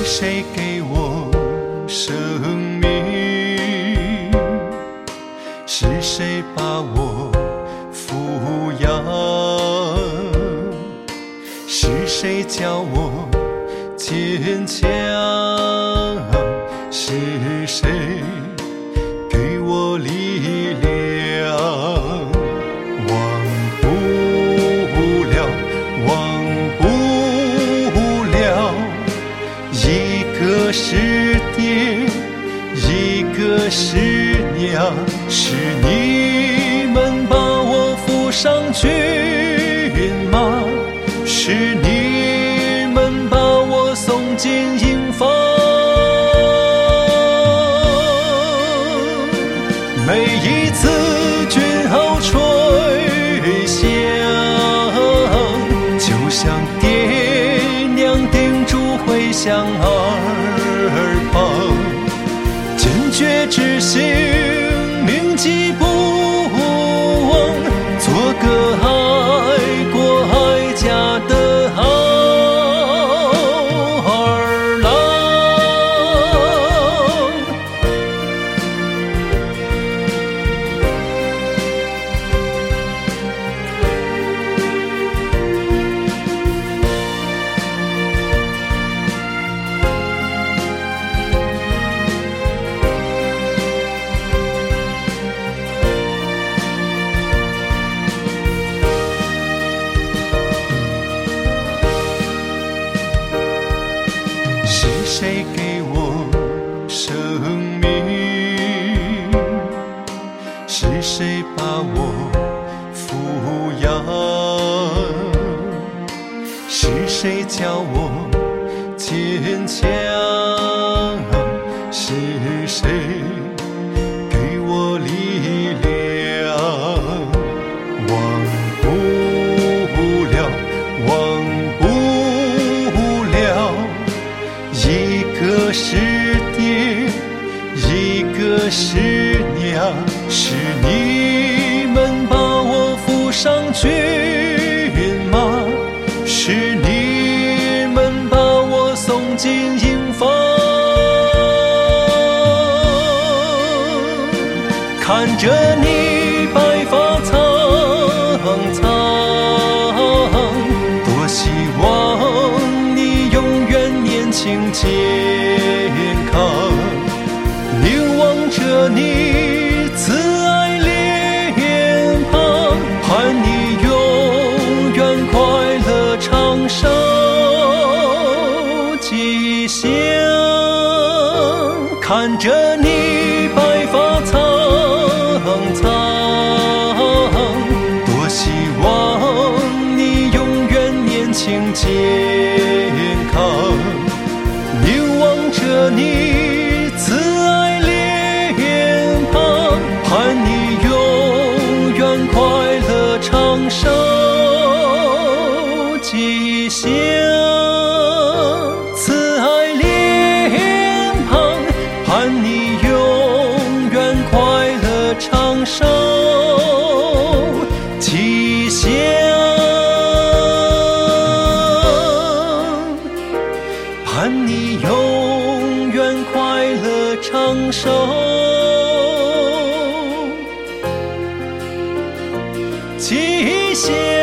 谁给我生命？是谁把我抚养？是谁教我坚强？是谁给我力量？忘不了，忘不了，一个是爹，一个是娘，是你们把我扶上骏马，是你们把我送进营房。每一次军号吹响，就像爹娘叮嘱回乡耳旁，坚决执行，铭记不忘，做个爱国爱家的好儿郎。是谁给我生命？是谁把我抚养？是谁教我坚强？是谁给我力量？忘不了，忘不了，一个是爹，一个是娘，是你们把我扶上骏马，是你们把我送进营房。看着你白发苍苍，多希望你永远年轻健康，凝望着你慈爱脸庞，盼你永远快乐长寿吉祥。看着你白发苍苍，多希望你永远年轻健康，凝望着你慈爱脸庞，盼你永远快乐长寿吉祥。慈爱脸庞，盼你永远快乐长寿吉祥。盼你永远快乐长寿吉祥。